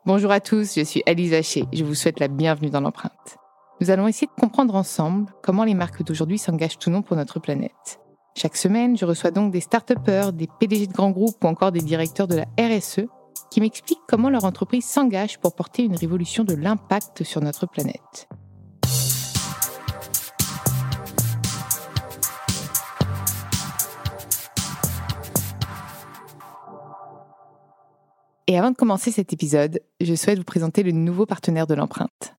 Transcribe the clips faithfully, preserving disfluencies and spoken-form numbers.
Bonjour à tous, je suis Alice Vacher. Je vous souhaite la bienvenue dans l'empreinte. Nous allons essayer de comprendre ensemble comment les marques d'aujourd'hui s'engagent ou non pour notre planète. Chaque semaine, je reçois donc des start-upers, des P D G de grands groupes ou encore des directeurs de la R S E qui m'expliquent comment leur entreprise s'engage pour porter une révolution de l'impact sur notre planète. Et avant de commencer cet épisode, je souhaite vous présenter le nouveau partenaire de l'empreinte.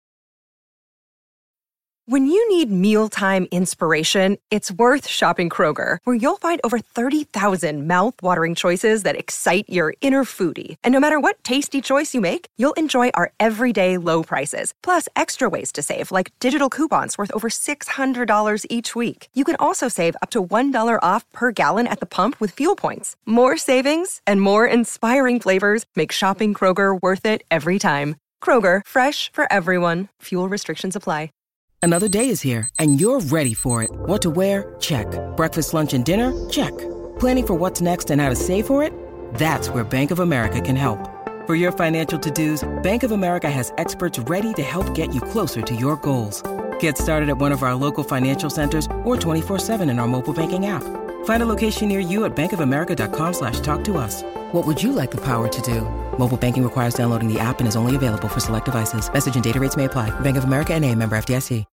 When you need mealtime inspiration, it's worth shopping Kroger, where you'll find over thirty thousand mouth-watering choices that excite your inner foodie. And no matter what tasty choice you make, you'll enjoy our everyday low prices, plus extra ways to save, like digital coupons worth over six hundred dollars each week. You can also save up to one dollar off per gallon at the pump with fuel points. More savings and more inspiring flavors make shopping Kroger worth it every time. Kroger, fresh for everyone. Fuel restrictions apply. Another day is here, and you're ready for it. What to wear? Check. Breakfast, lunch, and dinner? Check. Planning for what's next and how to save for it? That's where Bank of America can help. For your financial to-dos, Bank of America has experts ready to help get you closer to your goals. Get started at one of our local financial centers or twenty-four seven in our mobile banking app. Find a location near you at bankofamerica.com slash talk to us. What would you like the power to do? Mobile banking requires downloading the app and is only available for select devices. Message and data rates may apply. Bank of America N A, member F D I C.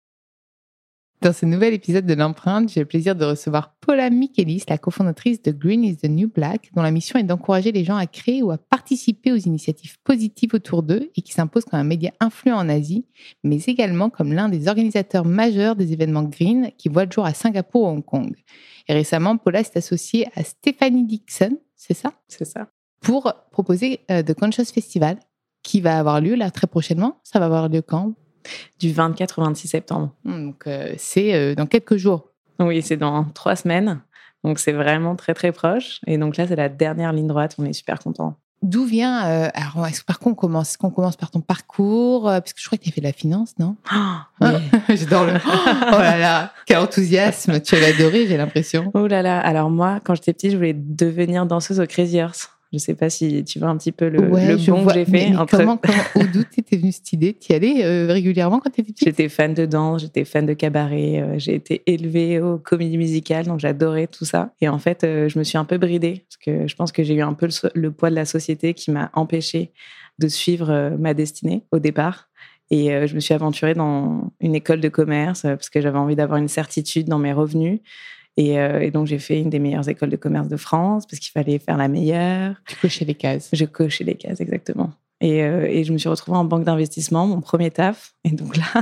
Dans ce nouvel épisode de l'empreinte, j'ai le plaisir de recevoir Paula Michaelis, la cofondatrice de Green is the New Black, dont la mission est d'encourager les gens à créer ou à participer aux initiatives positives autour d'eux et qui s'impose comme un média influent en Asie, mais également comme l'un des organisateurs majeurs des événements green qui voient le jour à Singapour ou Hong Kong. Et récemment, Paula s'est associée à Stephanie Dixon, c'est ça ? C'est ça. Pour proposer euh, The Conscious Festival, qui va avoir lieu là très prochainement. Ça va avoir lieu quand ? Du vingt-quatre au vingt-six septembre. Donc, euh, c'est euh, dans quelques jours. Oui, c'est dans trois semaines. Donc, c'est vraiment très, très proche. Et donc là, c'est la dernière ligne droite. On est super contents. D'où vient... Euh, alors, est-ce que par contre, on commence, est-ce qu'on commence par ton parcours euh, parce que je crois que tu as fait de la finance, non ? Oh, oui. J'adore le... Oh là là, quel enthousiasme. Tu avais adoré, j'ai l'impression. Oh là là. Alors moi, quand j'étais petite, je voulais devenir danseuse au Crazy Horse. Je ne sais pas si tu vois un petit peu le, ouais, le bond vois, que j'ai mais, fait. Mais entre... comment, comment, au d'où t'étais venue cette idée ? Tu y allais euh, régulièrement quand t'étais petite ? J'étais fan de danse, j'étais fan de cabaret. Euh, j'ai été élevée aux comédies musicales, donc j'adorais tout ça. Et en fait, euh, je me suis un peu bridée parce que je pense que j'ai eu un peu le, le poids de la société qui m'a empêchée de suivre euh, ma destinée au départ. Et euh, je me suis aventurée dans une école de commerce euh, parce que j'avais envie d'avoir une certitude dans mes revenus. Et, euh, et donc, j'ai fait une des meilleures écoles de commerce de France parce qu'il fallait faire la meilleure. Tu cochais les cases. Je cochais les cases, exactement. Et, euh, et je me suis retrouvée en banque d'investissement, mon premier taf. Et donc là,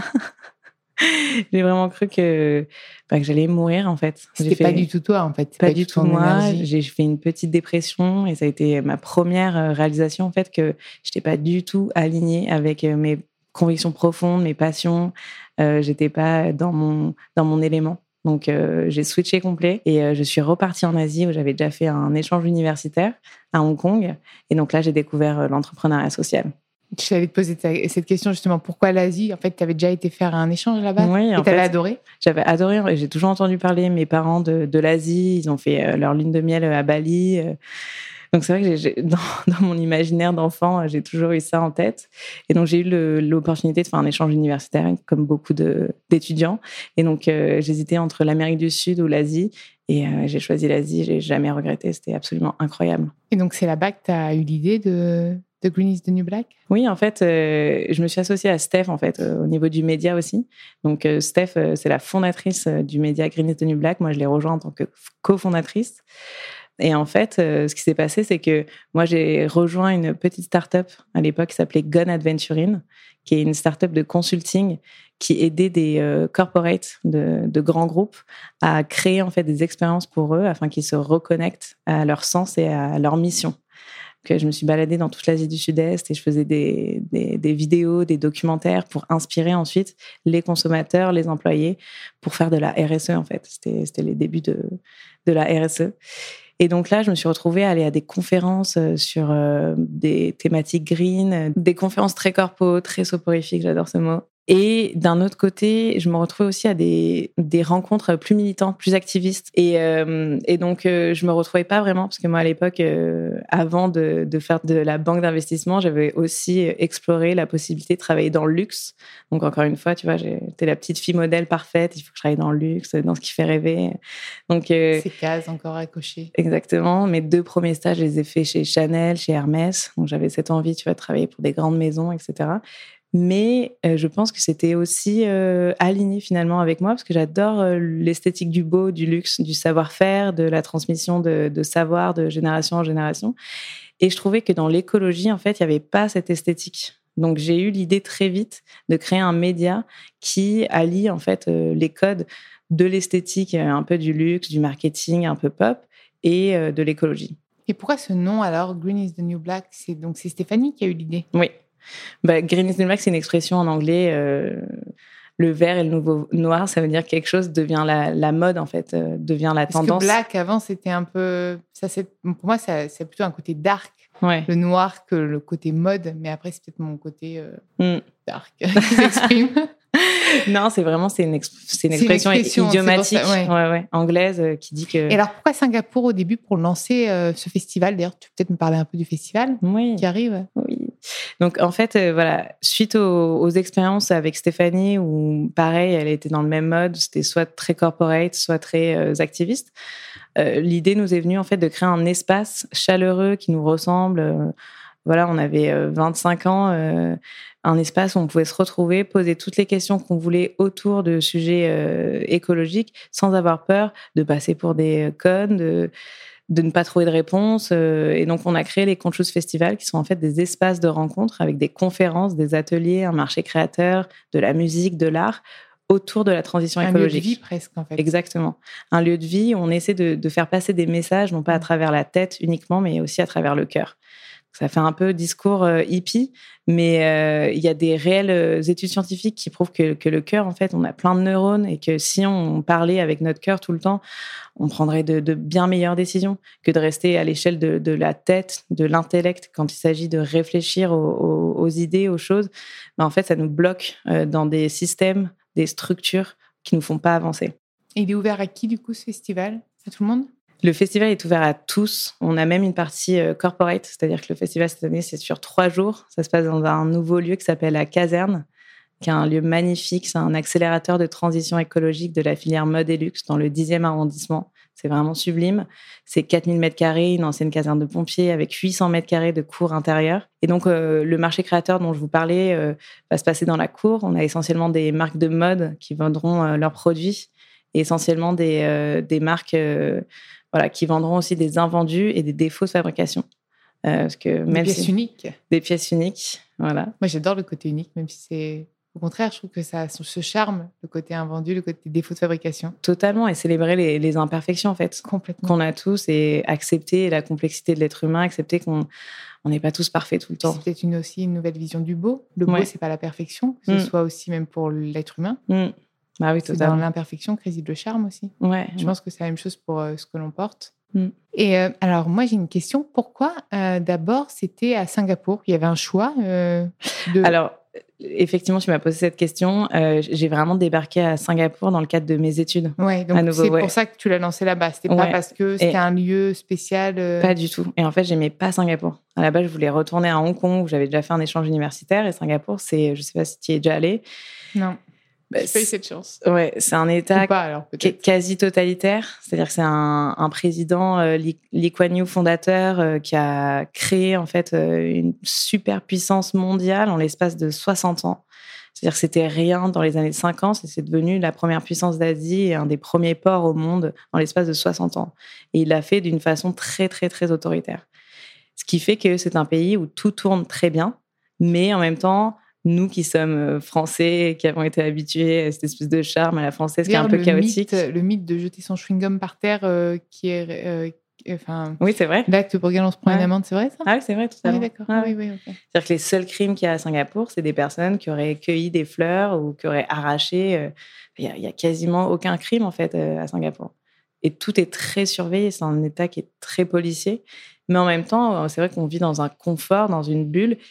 j'ai vraiment cru que, bah, que j'allais mourir, en fait. C'était j'ai fait... pas du tout toi, en fait. Pas, pas du tout moi. Énergie. J'ai fait une petite dépression et ça a été ma première réalisation, en fait, que je n'étais pas du tout alignée avec mes convictions profondes, mes passions. Euh, je n'étais pas dans mon, dans mon élément. Donc, euh, j'ai switché complet et euh, je suis repartie en Asie où j'avais déjà fait un échange universitaire à Hong Kong. Et donc là, j'ai découvert euh, l'entrepreneuriat social. Je t'allais te poser cette question justement. Pourquoi l'Asie ? En fait, tu avais déjà été faire un échange là-bas ? Oui, et tu avais adoré ? J'avais adoré. J'ai toujours entendu parler mes parents de, de l'Asie. Ils ont fait euh, leur lune de miel à Bali. Euh, Donc, c'est vrai que j'ai, j'ai, dans, dans mon imaginaire d'enfant, j'ai toujours eu ça en tête. Et donc, j'ai eu le, l'opportunité de faire un échange universitaire, comme beaucoup de, d'étudiants. Et donc, euh, j'hésitais entre l'Amérique du Sud ou l'Asie. Et euh, j'ai choisi l'Asie. Je n'ai jamais regretté. C'était absolument incroyable. Et donc, c'est là-bas que tu as eu l'idée de, de Green is the New Black ? Oui, en fait, euh, je me suis associée à Steph, en fait, euh, au niveau du média aussi. Donc, euh, Steph, euh, c'est la fondatrice euh, du média Green is the New Black. Moi, je l'ai rejoint en tant que cofondatrice. Et en fait, euh, ce qui s'est passé, c'est que moi, j'ai rejoint une petite start-up à l'époque qui s'appelait Gone Adventuring, qui est une start-up de consulting qui aidait des euh, corporates de, de grands groupes à créer en fait des expériences pour eux afin qu'ils se reconnectent à leur sens et à leur mission. Donc, je me suis baladée dans toute l'Asie du Sud-Est et je faisais des, des, des vidéos, des documentaires pour inspirer ensuite les consommateurs, les employés pour faire de la R S E en fait. C'était, c'était les débuts de, de la R S E. Et donc là, je me suis retrouvée à aller à des conférences sur euh, des thématiques green, des conférences très corpo, très soporifiques, j'adore ce mot. Et d'un autre côté, je me retrouvais aussi à des, des rencontres plus militantes, plus activistes. Et, euh, et donc, euh, je me retrouvais pas vraiment, parce que moi, à l'époque, euh, avant de, de faire de la banque d'investissement, j'avais aussi exploré la possibilité de travailler dans le luxe. Donc, encore une fois, tu vois, j'étais la petite fille modèle parfaite. Il faut que je travaille dans le luxe, dans ce qui fait rêver. Donc, euh, ces cases encore à cocher. Exactement. Mes deux premiers stages, je les ai faits chez Chanel, chez Hermès. Donc, j'avais cette envie, tu vois, de travailler pour des grandes maisons, et cetera. Mais euh, je pense que c'était aussi euh, aligné finalement avec moi, parce que j'adore euh, l'esthétique du beau, du luxe, du savoir-faire, de la transmission de, de savoir de génération en génération. Et je trouvais que dans l'écologie, en fait, il n'y avait pas cette esthétique. Donc, j'ai eu l'idée très vite de créer un média qui allie en fait euh, les codes de l'esthétique, un peu du luxe, du marketing, un peu pop, et euh, de l'écologie. Et pourquoi ce nom alors, Green is the New Black? C'est donc c'est Stéphanie qui a eu l'idée. Oui. Bah, Green is the New Black, c'est une expression en anglais. Euh, le vert est le nouveau noir. Ça veut dire que quelque chose devient la, la mode, en fait, euh, devient la Parce tendance. Que black, avant, c'était un peu... Ça, c'est, pour moi, ça, c'est plutôt un côté dark. Ouais. Le noir que le côté mode. Mais après, c'est peut-être mon côté euh, mm. dark qui s'exprime. Non, c'est vraiment c'est une, ex- c'est une expression, c'est une expression idiomatique, ça, ouais. Ouais, ouais, anglaise, euh, qui dit que... Et alors, pourquoi Singapour, au début, pour lancer euh, ce festival? D'ailleurs, tu peux peut-être me parler un peu du festival oui. qui arrive. Oui. Donc, en fait, euh, voilà, suite aux, aux expériences avec Stéphanie, où, pareil, elle était dans le même mode, c'était soit très corporate, soit très euh, activiste, euh, l'idée nous est venue, en fait, de créer un espace chaleureux qui nous ressemble. Euh, voilà, on avait euh, vingt-cinq ans, euh, un espace où on pouvait se retrouver, poser toutes les questions qu'on voulait autour de sujets euh, écologiques, sans avoir peur de passer pour des connes, de... de ne pas trouver de réponse. Et donc, on a créé les Conscious Festivals, qui sont en fait des espaces de rencontre avec des conférences, des ateliers, un marché créateur, de la musique, de l'art, autour de la transition un écologique. Un lieu de vie, presque, en fait. Exactement. Un lieu de vie où on essaie de, de faire passer des messages, non pas à travers la tête uniquement, mais aussi à travers le cœur. Ça fait un peu discours euh, hippie, mais euh, il y a des réelles euh, études scientifiques qui prouvent que, que le cœur, en fait, on a plein de neurones et que si on parlait avec notre cœur tout le temps, on prendrait de, de bien meilleures décisions que de rester à l'échelle de, de la tête, de l'intellect, quand il s'agit de réfléchir aux, aux, aux idées, aux choses. Ben, en fait, ça nous bloque euh, dans des systèmes, des structures qui ne nous font pas avancer. Et il est ouvert à qui, du coup, ce festival? À tout le monde? Le festival est ouvert à tous. On a même une partie euh, corporate, c'est-à-dire que le festival cette année, c'est sur trois jours. Ça se passe dans un nouveau lieu qui s'appelle la Caserne, qui est un lieu magnifique. C'est un accélérateur de transition écologique de la filière mode et luxe dans le dixième arrondissement. C'est vraiment sublime. C'est quatre mille mètres carrés, une ancienne caserne de pompiers avec huit cents mètres carrés de cour intérieure. Et donc, euh, le marché créateur dont je vous parlais euh, va se passer dans la cour. On a essentiellement des marques de mode qui vendront euh, leurs produits et essentiellement des, euh, des marques... Euh, Voilà, qui vendront aussi des invendus et des défauts de fabrication. Euh, parce que même des pièces si... uniques. Des pièces uniques, voilà. Moi, j'adore le côté unique, même si c'est... Au contraire, je trouve que ça a ce charme, le côté invendu, le côté défaut de fabrication. Totalement, et célébrer les, les imperfections, en fait. Complètement. Qu'on a tous, et accepter la complexité de l'être humain, accepter qu'on on n'est pas tous parfaits tout le temps. C'est peut-être une, aussi une nouvelle vision du beau. Le beau, ouais. c'est pas la perfection, que ce mm. soit aussi même pour l'être humain. Mm. Bah oui, c'est totalement. dans l'imperfection que réside le charme aussi. Ouais, je ouais. pense que c'est la même chose pour euh, ce que l'on porte. Mm. Et euh, alors, moi, j'ai une question. Pourquoi, euh, d'abord, c'était à Singapour? Il y avait un choix euh, de... Alors, effectivement, tu m'as posé cette question. Euh, j'ai vraiment débarqué à Singapour dans le cadre de mes études. Ouais, donc nouveau, c'est ouais. pour ça que tu l'as lancé là-bas. C'était ouais. pas parce que c'était Et un lieu spécial euh... Pas du tout. Et en fait, j'aimais pas Singapour. À la base, je voulais retourner à Hong Kong où j'avais déjà fait un échange universitaire. Et Singapour, c'est, je sais pas si tu y es déjà allé. Non. Bah, j'ai pas eu cette chance. Ouais, c'est un État pas, alors, quasi totalitaire. C'est-à-dire que c'est un, un président, euh, Lee, Lee Kuan Yew, fondateur, euh, qui a créé en fait euh, une super puissance mondiale en l'espace de soixante ans. C'est-à-dire que c'était rien dans les années cinquante, et c'est devenu la première puissance d'Asie et un des premiers ports au monde en l'espace de soixante ans. Et il l'a fait d'une façon très, très, très autoritaire. Ce qui fait que c'est un pays où tout tourne très bien, mais en même temps, nous qui sommes français, qui avons été habitués à cette espèce de charme à la française qui est un peu le chaotique. Mythe, le mythe de jeter son chewing-gum par terre, euh, qui est... Euh, Enfin, oui, c'est vrai. L'acte pour lequel on se prend ouais. une amende, c'est vrai ça? Ah oui, c'est vrai, tout à ah, fait. Oui, d'accord. Ah, oui, oui, okay. C'est-à-dire que les seuls crimes qu'il y a à Singapour, c'est des personnes qui auraient cueilli des fleurs ou qui auraient arraché. Il euh, n'y a, a quasiment aucun crime, en fait, euh, à Singapour. Et tout est très surveillé. C'est un État qui est très policier. Mais en même temps, c'est vrai qu'on vit dans un confort, dans une bulle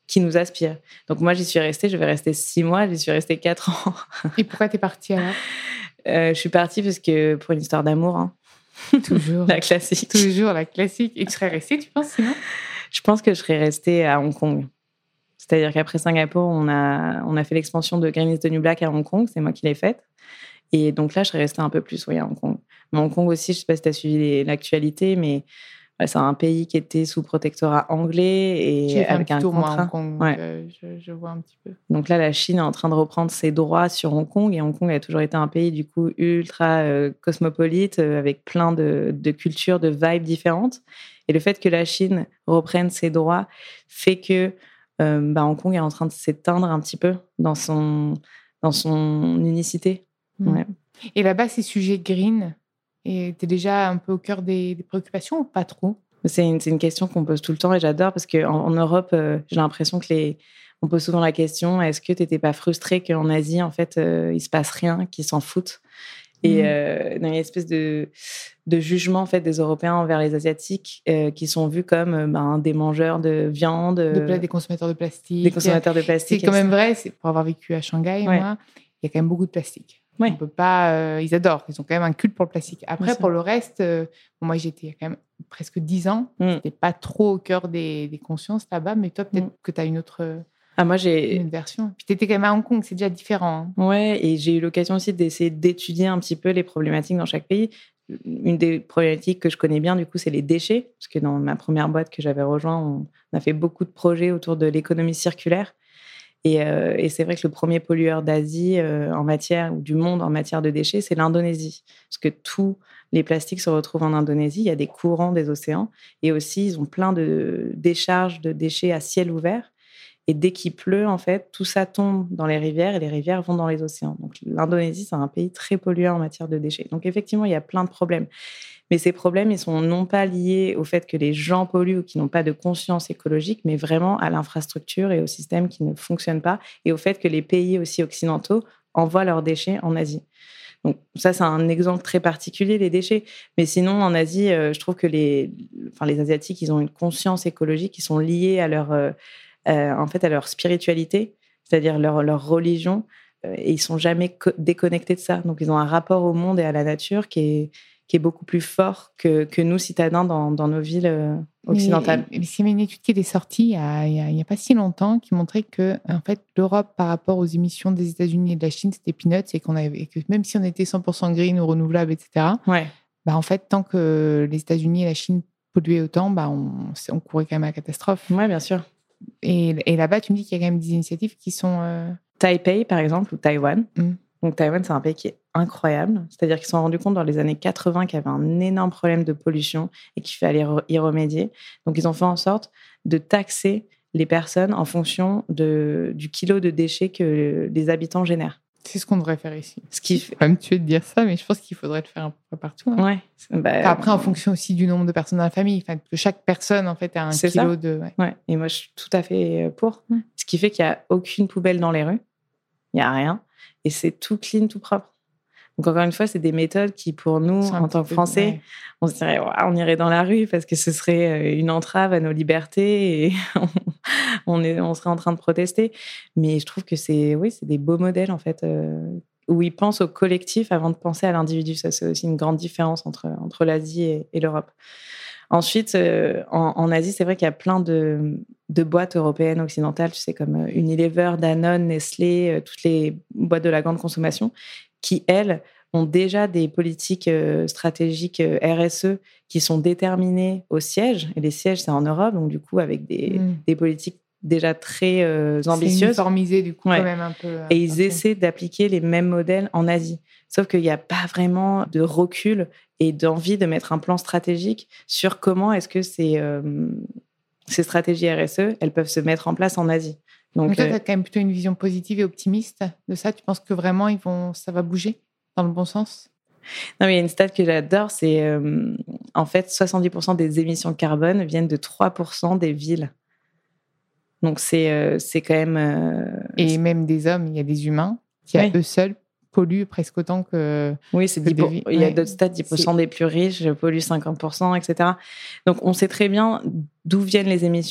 qui nous aspire. Donc moi, j'y suis restée, je vais rester six mois, j'y suis restée quatre ans. Et pourquoi t'es partie alors? euh, Je suis partie parce que pour une histoire d'amour. Hein. Toujours. La classique. Toujours la classique. Et tu serais restée, tu penses, sinon? Je pense que je serais restée à Hong Kong. C'est-à-dire qu'après Singapour, on a, on a fait l'expansion de Green is the New Black à Hong Kong. C'est moi qui l'ai faite. Et donc là, je serais restée un peu plus, oui, à Hong Kong. Mais Hong Kong aussi, je ne sais pas si tu as suivi les, l'actualité, mais ouais, c'est un pays qui était sous protectorat anglais et J'ai fait avec un, un tour, contrat. Moi, Hong Kong, ouais. euh, je, je vois un petit peu. Donc là, la Chine est en train de reprendre ses droits sur Hong Kong. Et Hong Kong a toujours été un pays, du coup, ultra euh, cosmopolite, euh, avec plein de, de cultures, de vibes différentes. Et le fait que la Chine reprenne ses droits fait que euh, bah, Hong Kong est en train de s'éteindre un petit peu dans son, dans son unicité. Mmh. Ouais. Et là-bas, ces sujets green, et t'es déjà un peu au cœur des, des préoccupations ou pas trop? C'est une, c'est une question qu'on pose tout le temps et j'adore parce qu'en en Europe, euh, j'ai l'impression que les, on pose souvent la question, est-ce que tu n'étais pas frustrée qu'en Asie, en fait, euh, il ne se passe rien, qu'ils s'en foutent? Et mmh. euh, dans une espèce de, de jugement en fait, des Européens envers les Asiatiques euh, qui sont vus comme euh, ben, des mangeurs de viande. De pla- des consommateurs de plastique. Des consommateurs de plastique. C'est quand même vrai, c'est, pour avoir vécu à Shanghai, ouais. moi, il y a quand même beaucoup de plastique. Ouais. On peut pas, euh, ils adorent, ils ont quand même un culte pour le plastique. Après, pour le reste, euh, bon, moi j'étais il y a quand même presque dix ans, mm. c'était pas trop au cœur des, des consciences là-bas, mais toi peut-être mm. que tu as une autre, ah, moi, j'ai... une autre version. Puis tu étais quand même à Hong Kong, c'est déjà différent. Hein. Ouais, et j'ai eu l'occasion aussi d'essayer d'étudier un petit peu les problématiques dans chaque pays. Une des problématiques que je connais bien, du coup, c'est les déchets, parce que dans ma première boîte que j'avais rejoint, on a fait beaucoup de projets autour de l'économie circulaire. Et, euh, et c'est vrai que le premier pollueur d'Asie euh, en matière, ou du monde en matière de déchets, c'est l'Indonésie. Parce que tous les plastiques se retrouvent en Indonésie. Il y a des courants des océans. Et aussi, ils ont plein de décharges de déchets à ciel ouvert. Et dès qu'il pleut, en fait, tout ça tombe dans les rivières et les rivières vont dans les océans. Donc l'Indonésie, c'est un pays très pollueur en matière de déchets. Donc effectivement, il y a plein de problèmes. Mais ces problèmes, ils sont non pas liés au fait que les gens polluent ou qui n'ont pas de conscience écologique, mais vraiment à l'infrastructure et au système qui ne fonctionne pas, et au fait que les pays aussi occidentaux envoient leurs déchets en Asie. Donc ça, c'est un exemple très particulier, les déchets. Mais sinon, en Asie, euh, je trouve que les, enfin, les Asiatiques, ils ont une conscience écologique, ils sont liés à leur, euh, euh, en fait, à leur spiritualité, c'est-à-dire leur, leur religion, euh, et ils sont jamais co- déconnectés de ça. Donc ils ont un rapport au monde et à la nature qui est qui est beaucoup plus fort que, que nous, citadins, dans, dans nos villes euh, occidentales. Mais, mais c'est une étude qui était sortie il n'y a, il y a, il y a pas si longtemps qui montrait que en fait, l'Europe, par rapport aux émissions des États-Unis et de la Chine, c'était peanuts, et qu'on avait, et que même si on était cent pour cent green ou renouvelable, et cetera, ouais. bah, en fait, tant que les États-Unis et la Chine polluaient autant, bah, on, on courait quand même à la catastrophe. Oui, bien sûr. Et, et là-bas, tu me dis qu'il y a quand même des initiatives qui sont... Euh... Taipei, par exemple, ou Taïwan. Mm. Donc, Taïwan, c'est un pays qui est incroyable. C'est-à-dire qu'ils se sont rendus compte dans les années quatre-vingts qu'il y avait un énorme problème de pollution et qu'il fallait y remédier. Donc, ils ont fait en sorte de taxer les personnes en fonction de, du kilo de déchets que les habitants génèrent. C'est ce qu'on devrait faire ici. Ce qui fait... pas me tuer de dire ça, mais je pense qu'il faudrait le faire un peu partout. Hein. Ouais. Bah, enfin, après, en fonction aussi du nombre de personnes dans la famille. Enfin, que chaque personne, en fait, a un c'est kilo ça. de... Ouais. ouais. Et moi, je suis tout à fait pour. Ouais. Ce qui fait qu'il n'y a aucune poubelle dans les rues. Il n'y a rien. Et c'est tout clean, tout propre. Donc, encore une fois, c'est des méthodes qui, pour nous, en tant que Français, ouais. on se dirait, wow, on irait dans la rue parce que ce serait une entrave à nos libertés et on, est, on serait en train de protester. Mais je trouve que c'est, oui, c'est des beaux modèles, en fait, euh, où ils pensent au collectif avant de penser à l'individu. Ça, c'est aussi une grande différence entre, entre l'Asie et, et l'Europe. Ensuite, euh, en, en Asie, c'est vrai qu'il y a plein de, de boîtes européennes, occidentales, tu sais, comme Unilever, Danone, Nestlé, euh, toutes les boîtes de la grande consommation, qui, elles, ont déjà des politiques euh, stratégiques euh, R S E qui sont déterminées au siège. Et les sièges, c'est en Europe, donc du coup, avec des, mmh. des politiques déjà très euh, ambitieuses. C'est uniformisé, du coup, ouais. quand même un peu. Euh, et ils okay. essaient d'appliquer les mêmes modèles en Asie. Sauf qu'il n'y a pas vraiment de recul et d'envie de mettre un plan stratégique sur comment est-ce que ces, euh, ces stratégies R S E, elles peuvent se mettre en place en Asie. Donc, Donc toi, euh, tu as quand même plutôt une vision positive et optimiste de ça. Tu penses que vraiment, ils vont, ça va bouger dans le bon sens? Non, mais il y a une stat que j'adore, c'est euh, en fait, soixante-dix pour cent des émissions de carbone viennent de trois pour cent des villes. Donc, c'est, euh, c'est quand même... Euh, et c'est... même des hommes, il y a des humains qui, oui. à eux seuls, polluent presque autant que... Oui, c'est dix pour cent. Il y a d'autres stats, dix pour cent c'est... des plus riches polluent cinquante pour cent, et cetera. Donc, on sait très bien d'où viennent les émissions.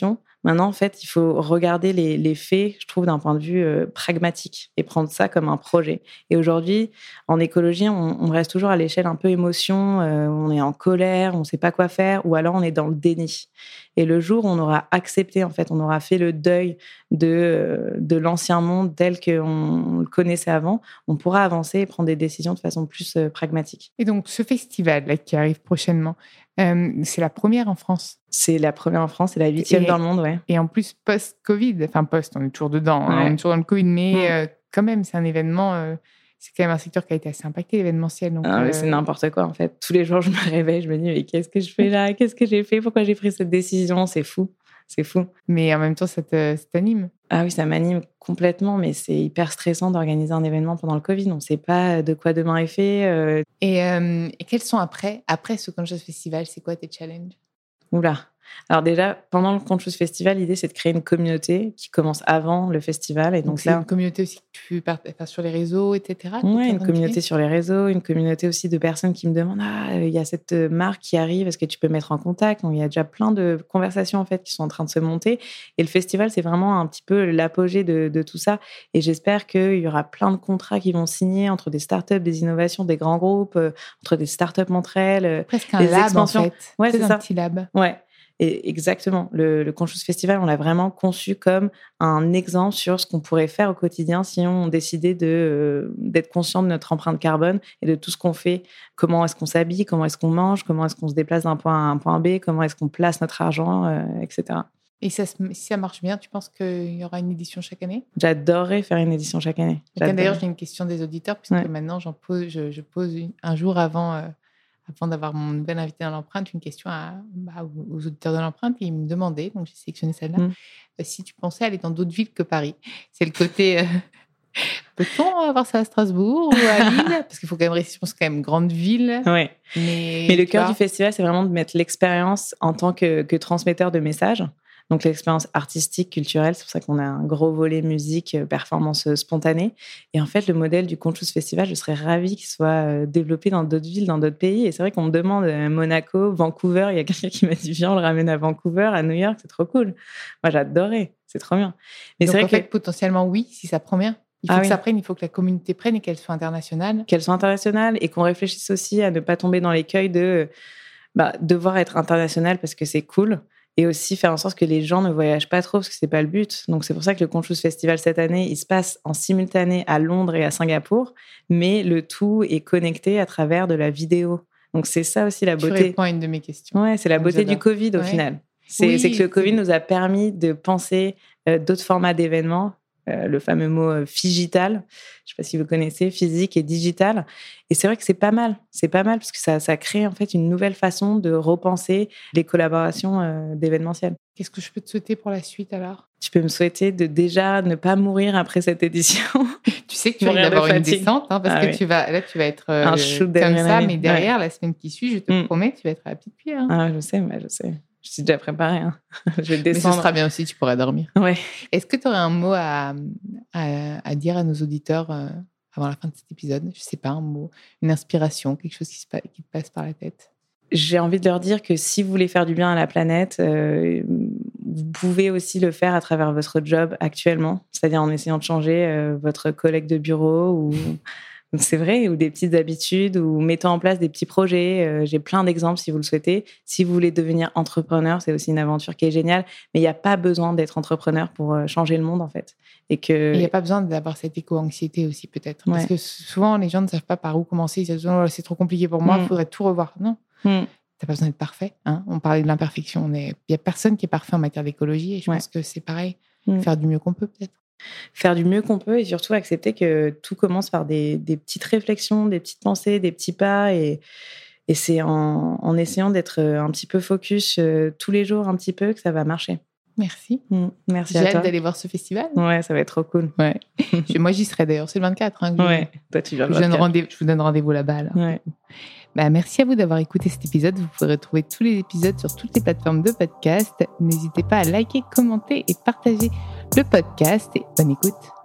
Maintenant, en fait, il faut regarder les, les faits, je trouve, d'un point de vue euh, pragmatique et prendre ça comme un projet. Et aujourd'hui, en écologie, on, on reste toujours à l'échelle un peu émotion, euh, on est en colère, on ne sait pas quoi faire, ou alors on est dans le déni. Et le jour où on aura accepté, en fait, on aura fait le deuil de, euh, de l'ancien monde tel qu'on le connaissait avant, on pourra avancer et prendre des décisions de façon plus euh, pragmatique. Et donc, ce festival là, qui arrive prochainement, euh, c'est la première en France. C'est la première en France, c'est la huitième Et- dans le monde, ouais. Et en plus, post-Covid, enfin post, on est toujours dedans, hein, Ouais. on est toujours dans le Covid, mais Mm. euh, quand même, c'est un événement, euh, c'est quand même un secteur qui a été assez impacté, l'événementiel. Donc, Ah, mais euh, c'est n'importe quoi, en fait. Tous les jours, je me réveille, je me dis, mais qu'est-ce que je fais là? Qu'est-ce que j'ai fait? Pourquoi j'ai pris cette décision? C'est fou. C'est fou. Mais en même temps, ça te- ça t'anime. Ah oui, ça m'anime complètement, mais c'est hyper stressant d'organiser un événement pendant le Covid. On ne sait pas de quoi demain est fait. euh, Et, euh, et quels sont après, après ce Conscious Festival, c'est quoi tes challenges? Oula. Alors déjà, pendant le Conscious Festival, l'idée, c'est de créer une communauté qui commence avant le festival. Et Donc, donc, c'est là, une communauté aussi que tu parles enfin, sur les réseaux, et cetera. que tu es ouais, en une train de communauté créer sur les réseaux, une communauté aussi de personnes qui me demandent « Ah, il y a cette marque qui arrive, est-ce que tu peux mettre en contact ?» Donc, il y a déjà plein de conversations en fait qui sont en train de se monter. Et le festival, c'est vraiment un petit peu l'apogée de, de tout ça. Et j'espère qu'il y aura plein de contrats qui vont signer entre des startups, des innovations, des grands groupes, euh, entre des startups entre elles. euh, Presque un les lab, expansions. en fait. Ouais, Peut-être c'est un ça. petit lab. Ouais. Et exactement. Le, le Conscious Festival, on l'a vraiment conçu comme un exemple sur ce qu'on pourrait faire au quotidien si on décidait de, euh, d'être conscient de notre empreinte carbone et de tout ce qu'on fait. Comment est-ce qu'on s'habille, comment est-ce qu'on mange, comment est-ce qu'on se déplace d'un point A à un point B, comment est-ce qu'on place notre argent, euh, et cetera. Et ça, se- si ça marche bien, tu penses qu'il y aura une édition chaque année? J'adorerais faire une édition chaque année. Donc, J'adore. D'ailleurs, j'ai une question des auditeurs, puisque Ouais. maintenant, j'en pose, je, je pose une- un jour avant, euh, avant d'avoir mon nouvel invité dans l'empreinte, une question à, bah, aux, aux auditeurs de l'empreinte. Et ils me demandaient, donc j'ai sélectionné celle-là, Mm. euh, si tu pensais aller dans d'autres villes que Paris. C'est le côté. euh, Peut-on avoir ça à Strasbourg ou à Lille? Parce qu'il faut quand même rester, je pense, quand même grande ville. Ouais. Mais, Mais le tu cœur vois, du festival, c'est vraiment de mettre l'expérience en tant que, que transmetteur de messages. Donc, l'expérience artistique, culturelle, c'est pour ça qu'on a un gros volet musique, euh, performance euh, spontanée. Et en fait, le modèle du Conscious Festival, je serais ravie qu'il soit euh, développé dans d'autres villes, dans d'autres pays. Et c'est vrai qu'on me demande euh, Monaco, Vancouver. Il y a quelqu'un qui m'a dit, viens, on le ramène à Vancouver, à New York, c'est trop cool. Moi, j'adorais, c'est trop bien. Mais donc, c'est en vrai fait, que potentiellement, oui, si ça prend bien. Il faut Ah que oui. ça prenne, il faut que la communauté prenne et qu'elle soit internationale. qu'elles soient internationales et qu'on réfléchisse aussi à ne pas tomber dans l'écueil de bah, devoir être international parce que c'est cool. Et aussi faire en sorte que les gens ne voyagent pas trop parce que c'est pas le but. Donc c'est pour ça que le Conscious Festival cette année, il se passe en simultané à Londres et à Singapour, mais le tout est connecté à travers de la vidéo. Donc c'est ça aussi la Tu beauté. réponds à une de mes questions. Ouais, c'est la Donc, beauté du j'adore. Covid au Ouais. final. C'est, Oui, c'est que le Covid c'est- nous a permis de penser euh, d'autres formats d'événements. Euh, le fameux mot euh, figital, je sais pas si vous connaissez, physique et digital. Et c'est vrai que c'est pas mal, c'est pas mal parce que ça, ça crée en fait une nouvelle façon de repenser les collaborations euh, d'événementiel. Qu'est-ce que je peux te souhaiter pour la suite alors? Tu peux me souhaiter de déjà ne pas mourir après cette édition. Tu sais que tu vas Mourir de avoir une fatigue. descente, hein, parce Ah que oui. tu vas, là, tu vas être euh, Un shoot comme d'adrénaline. ça, mais derrière, la semaine qui suit, je te Mm. promets, tu vas être à la petite cuillère. hein. Ah, je sais, mais je sais. Je suis déjà préparée. Hein. Je vais mais ce descendre. sera bien aussi, tu pourras dormir. Ouais. Est-ce que tu aurais un mot à, à, à dire à nos auditeurs euh, avant la fin de cet épisode? Je sais pas, un mot, une inspiration, quelque chose qui, se, pa- qui te passe par la tête? J'ai envie de leur dire que si vous voulez faire du bien à la planète, euh, vous pouvez aussi le faire à travers votre job actuellement, c'est-à-dire en essayant de changer euh, votre collègue de bureau ou c'est vrai, ou des petites habitudes, ou mettant en place des petits projets. Euh, j'ai plein d'exemples si vous le souhaitez. Si vous voulez devenir entrepreneur, c'est aussi une aventure qui est géniale, mais il n'y a pas besoin d'être entrepreneur pour euh, changer le monde en fait. Et que Il n'y a pas besoin d'avoir cette éco-anxiété aussi, peut-être. Parce Ouais. que souvent, les gens ne savent pas par où commencer. Ils se disent, oh, c'est trop compliqué pour moi, il Mm. faudrait tout revoir. Non, Hmm. tu n'as pas besoin d'être parfait. Hein. On parlait de l'imperfection. On est- Il n'y a personne qui est parfait en matière d'écologie. Et je Ouais. pense que c'est pareil. Mm. Faire du mieux qu'on peut, peut-être. faire du mieux qu'on peut et surtout accepter que tout commence par des, des petites réflexions, des petites pensées, des petits pas. Et, et c'est en, en essayant d'être un petit peu focus euh, tous les jours un petit peu que ça va marcher. Merci. Mm. Merci J'ai à hâte toi. d'aller voir ce festival. Ouais, ça va être trop cool. Ouais. Je- Moi, j'y serai d'ailleurs. C'est le vingt-quatre. Hein, que je- Ouais, toi tu viens Je, le vous donne vingt-quatre. rendez- je vous donne rendez-vous là-bas. Là. Ouais. Bah, merci à vous d'avoir écouté cet épisode. Vous pourrez retrouver tous les épisodes sur toutes les plateformes de podcast. N'hésitez pas à liker, commenter et partager le podcast. Et bonne écoute.